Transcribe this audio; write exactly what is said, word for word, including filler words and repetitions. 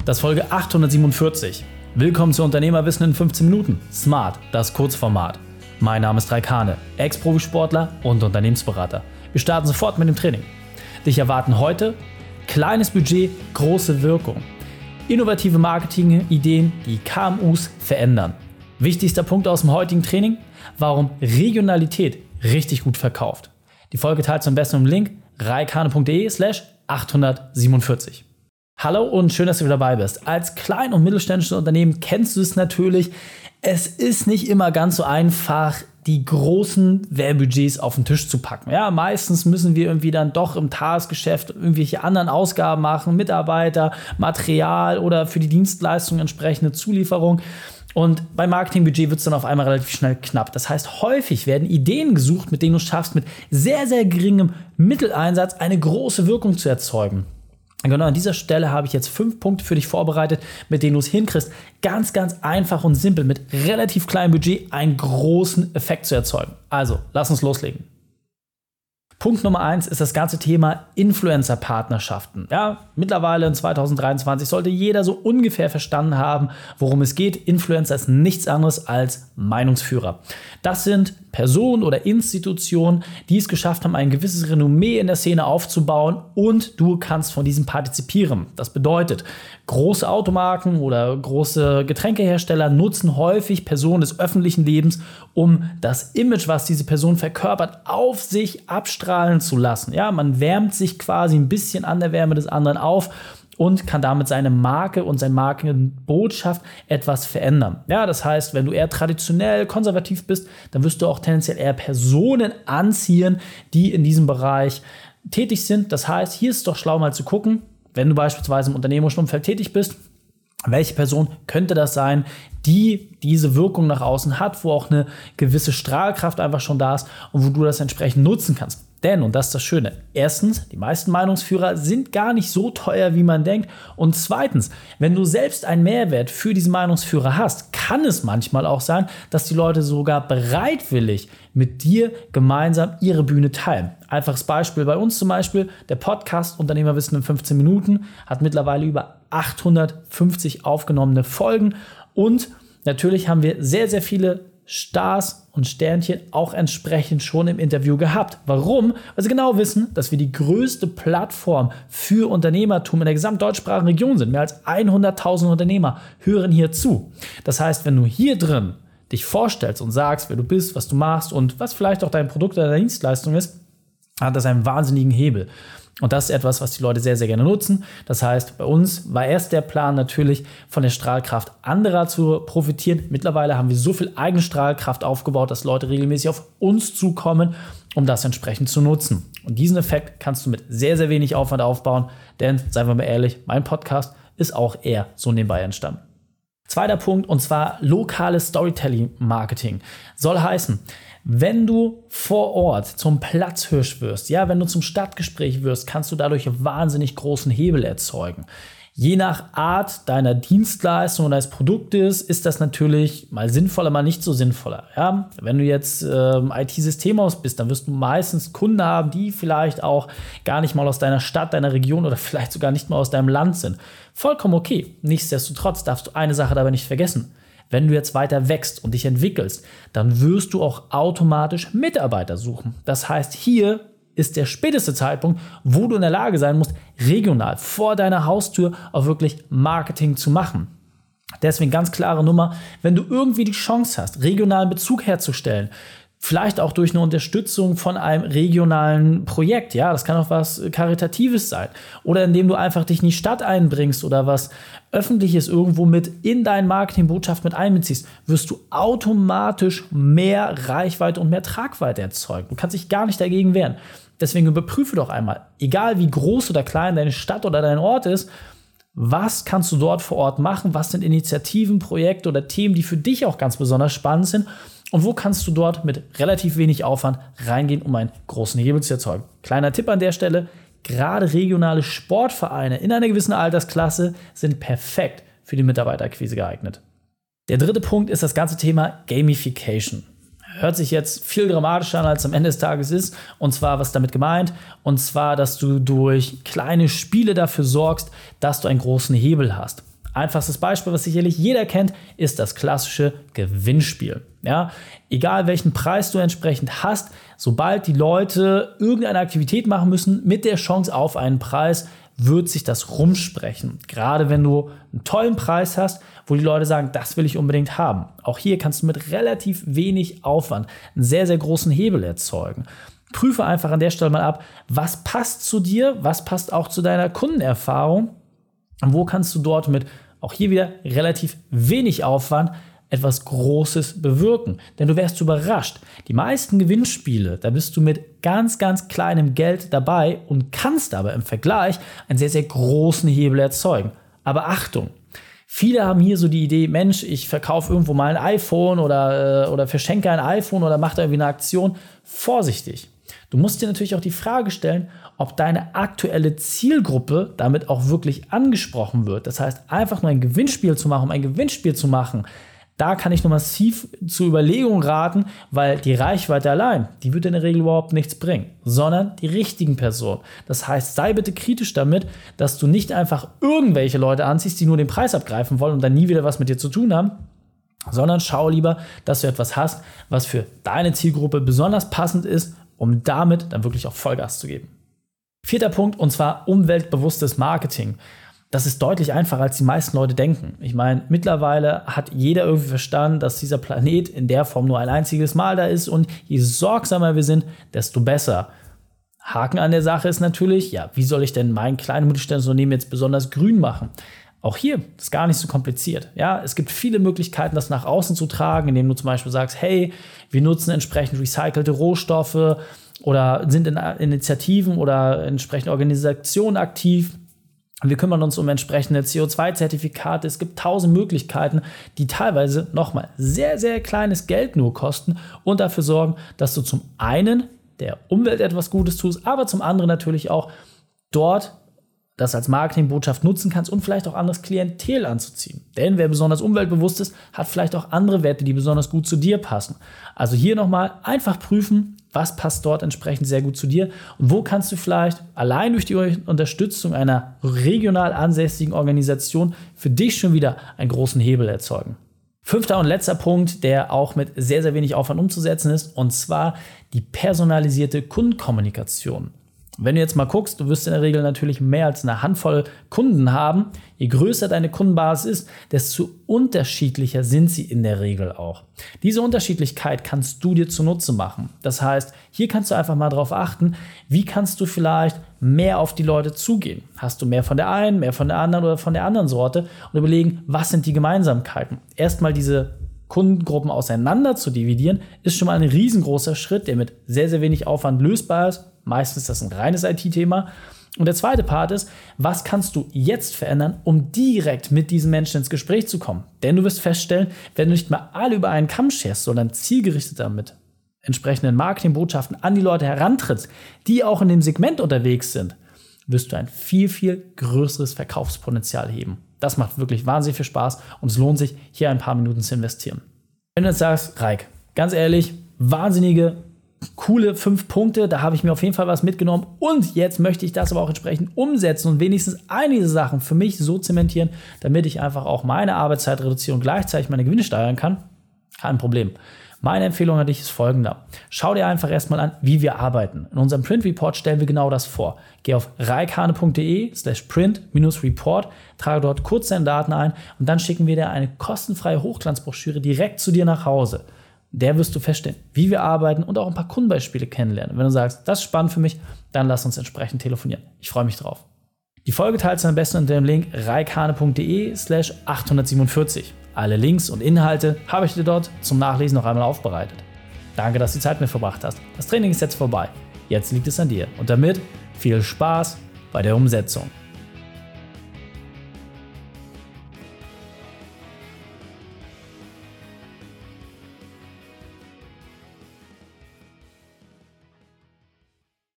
Das ist Folge achthundertsiebenundvierzig. Willkommen zu Unternehmerwissen in fünfzehn Minuten. Smart, das Kurzformat. Mein Name ist Raik Hane, Ex-Profisportler und Unternehmensberater. Wir starten sofort mit dem Training. Dich erwarten heute kleines Budget, große Wirkung. Innovative Marketing-Ideen, die K M Us verändern. Wichtigster Punkt aus dem heutigen Training: warum Regionalität richtig gut verkauft. Die Folge teilt zum besten im Link reikhane.de slash achthundertsiebenundvierzig. Hallo und schön, dass du wieder dabei bist. Als klein- und mittelständisches Unternehmen kennst du es natürlich. Es ist nicht immer ganz so einfach, die großen Werbebudgets auf den Tisch zu packen. Ja, meistens müssen wir irgendwie dann doch im Tagesgeschäft irgendwelche anderen Ausgaben machen, Mitarbeiter, Material oder für die Dienstleistung entsprechende Zulieferung. Und beim Marketingbudget wird es dann auf einmal relativ schnell knapp. Das heißt, häufig werden Ideen gesucht, mit denen du es schaffst, mit sehr, sehr geringem Mitteleinsatz eine große Wirkung zu erzeugen. Genau an dieser Stelle habe ich jetzt fünf Punkte für dich vorbereitet, mit denen du es hinkriegst, ganz, ganz einfach und simpel mit relativ kleinem Budget einen großen Effekt zu erzeugen. Also, lass uns loslegen. Punkt Nummer eins ist das ganze Thema Influencer-Partnerschaften. Ja, mittlerweile in zweitausenddreiundzwanzig sollte jeder so ungefähr verstanden haben, worum es geht. Influencer ist nichts anderes als Meinungsführer. Das sind Personen oder Institutionen, die es geschafft haben, ein gewisses Renommee in der Szene aufzubauen, und du kannst von diesem partizipieren. Das bedeutet, große Automarken oder große Getränkehersteller nutzen häufig Personen des öffentlichen Lebens, um das Image, was diese Person verkörpert, auf sich abstrahlen zu lassen. Ja, man wärmt sich quasi ein bisschen an der Wärme des anderen auf und kann damit seine Marke und seine Markenbotschaft etwas verändern. Ja, das heißt, wenn du eher traditionell konservativ bist, dann wirst du auch tendenziell eher Personen anziehen, die in diesem Bereich tätig sind. Das heißt, hier ist es doch schlau, mal zu gucken, wenn du beispielsweise im unternehmerischen Umfeld tätig bist, welche Person könnte das sein, die diese Wirkung nach außen hat, wo auch eine gewisse Strahlkraft einfach schon da ist und wo du das entsprechend nutzen kannst. Denn, und das ist das Schöne, erstens, die meisten Meinungsführer sind gar nicht so teuer, wie man denkt. Und zweitens, wenn du selbst einen Mehrwert für diesen Meinungsführer hast, kann es manchmal auch sein, dass die Leute sogar bereitwillig mit dir gemeinsam ihre Bühne teilen. Einfaches Beispiel bei uns zum Beispiel: der Podcast Unternehmerwissen in fünfzehn Minuten hat mittlerweile über achthundertfünfzig aufgenommene Folgen, und natürlich haben wir sehr, sehr viele Stars und Sternchen auch entsprechend schon im Interview gehabt. Warum? Weil sie genau wissen, dass wir die größte Plattform für Unternehmertum in der gesamtdeutschsprachigen Region sind. Mehr als hunderttausend Unternehmer hören hier zu. Das heißt, wenn du hier drin dich vorstellst und sagst, wer du bist, was du machst und was vielleicht auch dein Produkt oder deine Dienstleistung ist, hat das einen wahnsinnigen Hebel. Und das ist etwas, was die Leute sehr, sehr gerne nutzen. Das heißt, bei uns war erst der Plan natürlich, von der Strahlkraft anderer zu profitieren. Mittlerweile haben wir so viel eigene Strahlkraft aufgebaut, dass Leute regelmäßig auf uns zukommen, um das entsprechend zu nutzen. Und diesen Effekt kannst du mit sehr, sehr wenig Aufwand aufbauen. Denn, seien wir mal ehrlich, mein Podcast ist auch eher so nebenbei entstanden. Zweiter Punkt, und zwar lokales Storytelling-Marketing. Soll heißen, wenn du vor Ort zum Platzhirsch wirst, ja, wenn du zum Stadtgespräch wirst, kannst du dadurch wahnsinnig großen Hebel erzeugen. Je nach Art deiner Dienstleistung oder deines Produktes ist das natürlich mal sinnvoller, mal nicht so sinnvoller. Ja? Wenn du jetzt ähm, I T-Systemhaus bist, dann wirst du meistens Kunden haben, die vielleicht auch gar nicht mal aus deiner Stadt, deiner Region oder vielleicht sogar nicht mal aus deinem Land sind. Vollkommen okay. Nichtsdestotrotz darfst du eine Sache dabei nicht vergessen: Wenn du jetzt weiter wächst und dich entwickelst, dann wirst du auch automatisch Mitarbeiter suchen. Das heißt, hier ist der späteste Zeitpunkt, wo du in der Lage sein musst, regional vor deiner Haustür auch wirklich Marketing zu machen. Deswegen ganz klare Nummer: Wenn du irgendwie die Chance hast, regionalen Bezug herzustellen, vielleicht auch durch eine Unterstützung von einem regionalen Projekt, ja, das kann auch was Karitatives sein, oder indem du einfach dich in die Stadt einbringst oder was Öffentliches irgendwo mit in deine Marketingbotschaft mit einbeziehst, wirst du automatisch mehr Reichweite und mehr Tragweite erzeugen. Du kannst dich gar nicht dagegen wehren. Deswegen überprüfe doch einmal, egal wie groß oder klein deine Stadt oder dein Ort ist, was kannst du dort vor Ort machen, was sind Initiativen, Projekte oder Themen, die für dich auch ganz besonders spannend sind, und wo kannst du dort mit relativ wenig Aufwand reingehen, um einen großen Hebel zu erzeugen. Kleiner Tipp an der Stelle: Gerade regionale Sportvereine in einer gewissen Altersklasse sind perfekt für die Mitarbeiterakquise geeignet. Der dritte Punkt ist das ganze Thema Gamification. Hört sich jetzt viel dramatischer an, als am Ende des Tages ist. Und zwar, was damit gemeint? Und zwar, dass du durch kleine Spiele dafür sorgst, dass du einen großen Hebel hast. Einfachstes Beispiel, was sicherlich jeder kennt, ist das klassische Gewinnspiel. Ja, egal welchen Preis du entsprechend hast, sobald die Leute irgendeine Aktivität machen müssen mit der Chance auf einen Preis, wird sich das rumsprechen. Gerade wenn du einen tollen Preis hast, wo die Leute sagen, das will ich unbedingt haben. Auch hier kannst du mit relativ wenig Aufwand einen sehr, sehr großen Hebel erzeugen. Prüfe einfach an der Stelle mal ab, was passt zu dir, was passt auch zu deiner Kundenerfahrung und wo kannst du dort mit auch hier wieder relativ wenig Aufwand etwas Großes bewirken. Denn du wärst überrascht. Die meisten Gewinnspiele, da bist du mit ganz, ganz kleinem Geld dabei und kannst aber im Vergleich einen sehr, sehr großen Hebel erzeugen. Aber Achtung! Viele haben hier so die Idee, Mensch, ich verkaufe irgendwo mal ein iPhone oder, oder verschenke ein iPhone oder mache da irgendwie eine Aktion. Vorsichtig! Du musst dir natürlich auch die Frage stellen, ob deine aktuelle Zielgruppe damit auch wirklich angesprochen wird. Das heißt, einfach nur ein Gewinnspiel zu machen, um ein Gewinnspiel zu machen, da kann ich nur massiv zur Überlegung raten, weil die Reichweite allein, die wird in der Regel überhaupt nichts bringen, sondern die richtigen Personen. Das heißt, sei bitte kritisch damit, dass du nicht einfach irgendwelche Leute anziehst, die nur den Preis abgreifen wollen und dann nie wieder was mit dir zu tun haben, sondern schau lieber, dass du etwas hast, was für deine Zielgruppe besonders passend ist, um damit dann wirklich auch Vollgas zu geben. Vierter Punkt, und zwar umweltbewusstes Marketing. Das ist deutlich einfacher, als die meisten Leute denken. Ich meine, mittlerweile hat jeder irgendwie verstanden, dass dieser Planet in der Form nur ein einziges Mal da ist und je sorgsamer wir sind, desto besser. Haken an der Sache ist natürlich, ja, wie soll ich denn mein kleines mittelständisches Unternehmen jetzt besonders grün machen? Auch hier ist gar nicht so kompliziert. Ja, es gibt viele Möglichkeiten, das nach außen zu tragen, indem du zum Beispiel sagst, hey, wir nutzen entsprechend recycelte Rohstoffe oder sind in Initiativen oder entsprechende Organisationen aktiv. Wir kümmern uns um entsprechende C O zwei Zertifikate. Es gibt tausend Möglichkeiten, die teilweise nochmal sehr, sehr kleines Geld nur kosten und dafür sorgen, dass du zum einen der Umwelt etwas Gutes tust, aber zum anderen natürlich auch dort das als Marketingbotschaft nutzen kannst und vielleicht auch anderes Klientel anzuziehen. Denn wer besonders umweltbewusst ist, hat vielleicht auch andere Werte, die besonders gut zu dir passen. Also hier nochmal einfach prüfen, was passt dort entsprechend sehr gut zu dir und wo kannst du vielleicht allein durch die Unterstützung einer regional ansässigen Organisation für dich schon wieder einen großen Hebel erzeugen. Fünfter und letzter Punkt, der auch mit sehr, sehr wenig Aufwand umzusetzen ist, und zwar die personalisierte Kundenkommunikation. Wenn du jetzt mal guckst, du wirst in der Regel natürlich mehr als eine Handvoll Kunden haben. Je größer deine Kundenbasis ist, desto unterschiedlicher sind sie in der Regel auch. Diese Unterschiedlichkeit kannst du dir zunutze machen. Das heißt, hier kannst du einfach mal darauf achten, wie kannst du vielleicht mehr auf die Leute zugehen. Hast du mehr von der einen, mehr von der anderen oder von der anderen Sorte und überlegen, was sind die Gemeinsamkeiten. Erstmal diese Kundengruppen auseinander zu dividieren, ist schon mal ein riesengroßer Schritt, der mit sehr, sehr wenig Aufwand lösbar ist. Meistens ist das ein reines I T-Thema. Und der zweite Part ist, was kannst du jetzt verändern, um direkt mit diesen Menschen ins Gespräch zu kommen? Denn du wirst feststellen, wenn du nicht mal alle über einen Kamm scherst, sondern zielgerichteter mit entsprechenden Marketingbotschaften an die Leute herantrittst, die auch in dem Segment unterwegs sind, wirst du ein viel, viel größeres Verkaufspotenzial heben. Das macht wirklich wahnsinnig viel Spaß und es lohnt sich, hier ein paar Minuten zu investieren. Wenn du jetzt sagst, Raik, ganz ehrlich, wahnsinnige, coole fünf Punkte, da habe ich mir auf jeden Fall was mitgenommen und jetzt möchte ich das aber auch entsprechend umsetzen und wenigstens einige Sachen für mich so zementieren, damit ich einfach auch meine Arbeitszeit reduziere und gleichzeitig meine Gewinne steigern kann. Kein Problem. Meine Empfehlung an dich ist folgender. Schau dir einfach erstmal an, wie wir arbeiten. In unserem Print Report stellen wir genau das vor. Geh auf reikhane.de slash print-report, trage dort kurz deine Daten ein und dann schicken wir dir eine kostenfreie Hochglanzbroschüre direkt zu dir nach Hause. Der wirst du feststellen, wie wir arbeiten und auch ein paar Kundenbeispiele kennenlernen. Wenn du sagst, das ist spannend für mich, dann lass uns entsprechend telefonieren. Ich freue mich drauf. Die Folge teilst du am besten unter dem Link reikhane.de slash achthundertsiebenundvierzig. Alle Links und Inhalte habe ich dir dort zum Nachlesen noch einmal aufbereitet. Danke, dass du die Zeit mit verbracht hast. Das Training ist jetzt vorbei. Jetzt liegt es an dir. Und damit viel Spaß bei der Umsetzung.